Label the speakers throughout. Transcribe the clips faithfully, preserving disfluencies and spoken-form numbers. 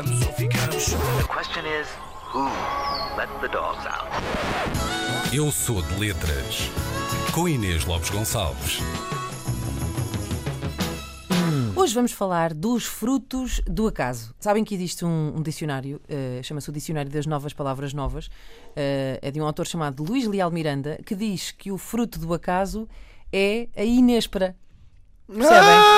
Speaker 1: vamos ou ficamos.
Speaker 2: The question is, who let the dogs out?
Speaker 3: Eu sou de letras, com Inês Lopes Gonçalves.
Speaker 4: Hoje vamos falar dos frutos do acaso. Sabem que existe um, um dicionário, uh, chama-se o Dicionário das Novas Palavras Novas, uh, é de um autor chamado Luís Leal Miranda, que diz que o fruto do acaso é a inéspera. Percebem?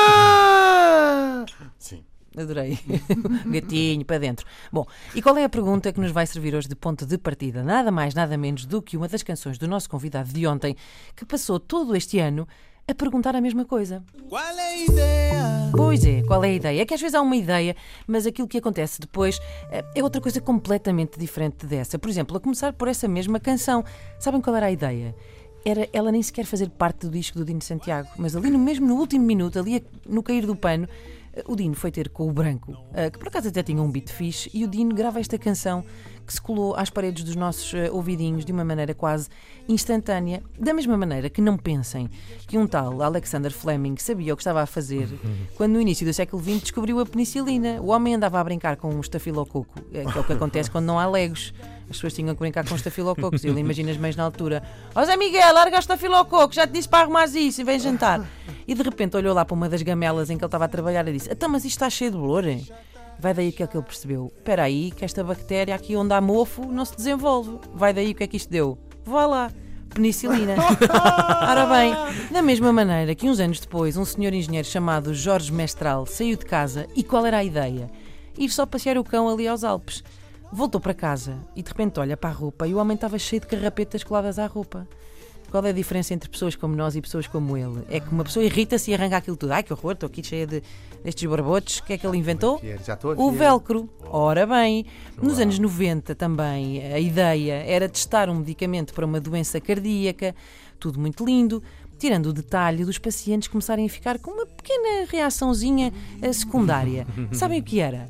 Speaker 5: Ah! Sim.
Speaker 4: Adorei. Gatinho para dentro. Bom, e qual é a pergunta que nos vai servir hoje de ponto de partida? Nada mais, nada menos do que uma das canções do nosso convidado de ontem, que passou todo este ano a perguntar a mesma coisa.
Speaker 1: Qual é a ideia?
Speaker 4: Pois é, qual é a ideia? É que às vezes há uma ideia, mas aquilo que acontece depois é outra coisa completamente diferente dessa. Por exemplo, a começar por essa mesma canção. Sabem qual era a ideia? Era ela nem sequer fazer parte do disco do Dino Santiago, mas ali no mesmo, no último minuto, ali no cair do pano, o Dino foi ter com o Branco, que por acaso até tinha um beat fixe, e o Dino grava esta canção que se colou às paredes dos nossos ouvidinhos de uma maneira quase instantânea, da mesma maneira que não pensem que um tal Alexander Fleming sabia o que estava a fazer quando no início do século vinte descobriu a penicilina. O homem andava a brincar com um estafilococo, que é o que acontece quando não há legos. As pessoas tinham que brincar com estafilococos. E ele imagina as mães na altura: ó Zé Miguel, larga o estafilococo, já te disse para arrumares isso e vem jantar. E de repente olhou lá para uma das gamelas em que ele estava a trabalhar e disse: então, mas isto está cheio de bolor, hein? Vai daí o que é que ele percebeu. Espera aí, que esta bactéria aqui onde há mofo não se desenvolve. Vai daí o que é que isto deu. Vá lá, penicilina. Ora bem, da mesma maneira que uns anos depois um senhor engenheiro chamado Jorge Mestral saiu de casa, e qual era a ideia? Ir só passear o cão ali aos Alpes. Voltou para casa e de repente olha para a roupa e o homem estava cheio de carrapetas coladas à roupa. Qual é a diferença entre pessoas como nós e pessoas como ele? É que uma pessoa irrita-se e arranca aquilo tudo. Ai, que horror, estou aqui cheia de, destes barbotes. O que é que ele inventou?
Speaker 5: Já estou a
Speaker 4: O
Speaker 5: ver.
Speaker 4: velcro. Ora bem, nos anos noventa também a ideia era testar um medicamento para uma doença cardíaca, tudo muito lindo, tirando o detalhe dos pacientes começarem a ficar com uma pequena reaçãozinha eh, secundária. Sabem o que era?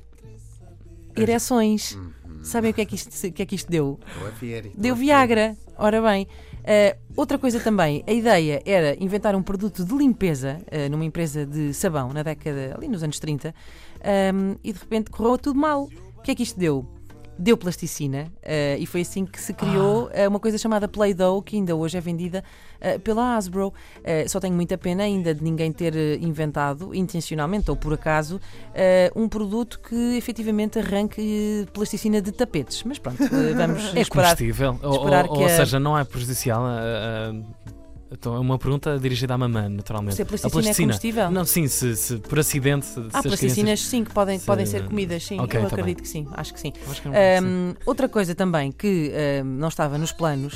Speaker 4: Ereções. Sabem o que é que isto, que é que isto deu? Deu Viagra. Ora bem, uh, outra coisa também, a ideia era inventar um produto de limpeza uh, numa empresa de sabão na década, ali nos anos trinta, um, e de repente correu tudo mal. O que é que isto deu? Deu plasticina, uh, e foi assim que se criou uh, uma coisa chamada Play-Doh, que ainda hoje é vendida uh, pela Hasbro. Uh, só tenho muita pena ainda de ninguém ter uh, inventado, intencionalmente ou por acaso, uh, um produto que efetivamente arranque plasticina de tapetes. Mas pronto, uh, vamos
Speaker 6: É
Speaker 4: esperar.
Speaker 6: comestível, ou,
Speaker 4: esperar
Speaker 6: ou,
Speaker 4: que
Speaker 6: ou
Speaker 4: a-
Speaker 6: seja, não é prejudicial. a- a- Então, é uma pergunta dirigida à mamã, naturalmente.
Speaker 4: Se a plasticina é comestível?
Speaker 6: Não, sim, se, se por acidente. Se
Speaker 4: Há
Speaker 6: as
Speaker 4: plasticinas, sim, que podem,
Speaker 6: se-
Speaker 4: podem ser comidas, sim.
Speaker 6: Ok,
Speaker 4: eu
Speaker 6: tá
Speaker 4: acredito
Speaker 6: bem.
Speaker 4: que sim, acho que sim.
Speaker 6: crianças- Acho que não, sim.
Speaker 4: Um, outra coisa também que um, não estava nos planos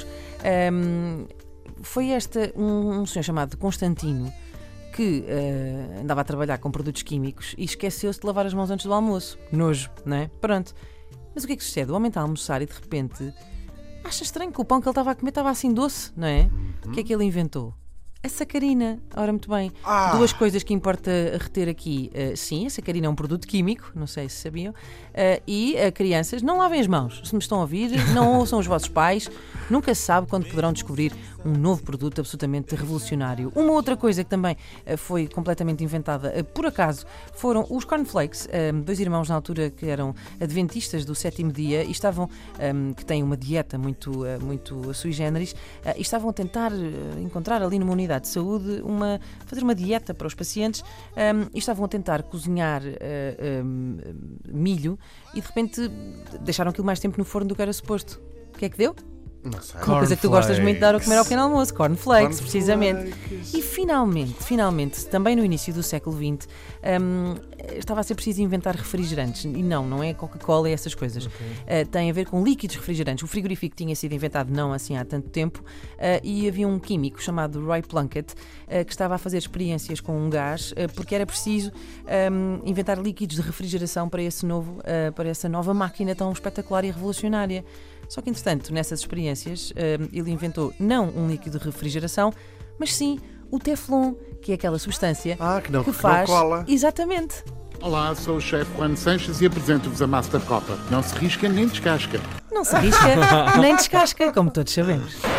Speaker 4: um, foi esta, um, um senhor chamado Constantino que uh, andava a trabalhar com produtos químicos e esqueceu-se de lavar as mãos antes do almoço. Nojo, não é? Pronto. Mas o que é que sucede? O homem está a almoçar e de repente acha estranho que o pão que ele estava a comer estava assim doce, não é? O que é que ele inventou? A sacarina. Ora, muito bem.
Speaker 5: Ah.
Speaker 4: Duas coisas que importa reter aqui. Uh, sim, a sacarina é um produto químico, não sei se sabiam. Uh, e, uh, crianças, não lavem as mãos. Se me estão a ouvir, não ouçam os vossos pais. Nunca se sabe quando poderão descobrir um novo produto absolutamente revolucionário. Uma outra coisa que também uh, foi completamente inventada, uh, por acaso, foram os cornflakes. Uh, dois irmãos na altura que eram adventistas do sétimo dia e estavam, um, que têm uma dieta muito, uh, muito sui generis, uh, e estavam a tentar uh, encontrar ali numa unidade de saúde, uma, fazer uma dieta para os pacientes, um, e estavam a tentar cozinhar uh, um, milho e de repente deixaram aquilo mais tempo no forno do que era suposto. O que é que deu?
Speaker 5: Não sei.
Speaker 4: Uma coisa que tu gostas muito de dar ao comer ao pequeno almoço, cornflakes,
Speaker 5: Cornflakes.
Speaker 4: precisamente. E finalmente, finalmente, também no início do século vinte, um, estava a ser preciso inventar refrigerantes. E não, não é Coca-Cola e essas coisas. Uh, tem a ver com líquidos refrigerantes. O frigorífico tinha sido inventado não assim há tanto tempo, uh, e havia um químico chamado Roy Plunkett uh, que estava a fazer experiências com um gás, uh, porque era preciso um, inventar líquidos de refrigeração para, esse novo, uh, para essa nova máquina tão espetacular e revolucionária. Só que, entretanto, nessas experiências, uh, ele inventou não um líquido de refrigeração, mas sim o Teflon, que é aquela substância
Speaker 5: Ah, que não,
Speaker 4: que
Speaker 5: que não
Speaker 4: faz...
Speaker 5: cola.
Speaker 4: Exatamente.
Speaker 7: Olá, sou o chefe Juan Sanches e apresento-vos a Master Copa. Não se risca nem descasca.
Speaker 4: Não se risca nem descasca, como todos sabemos.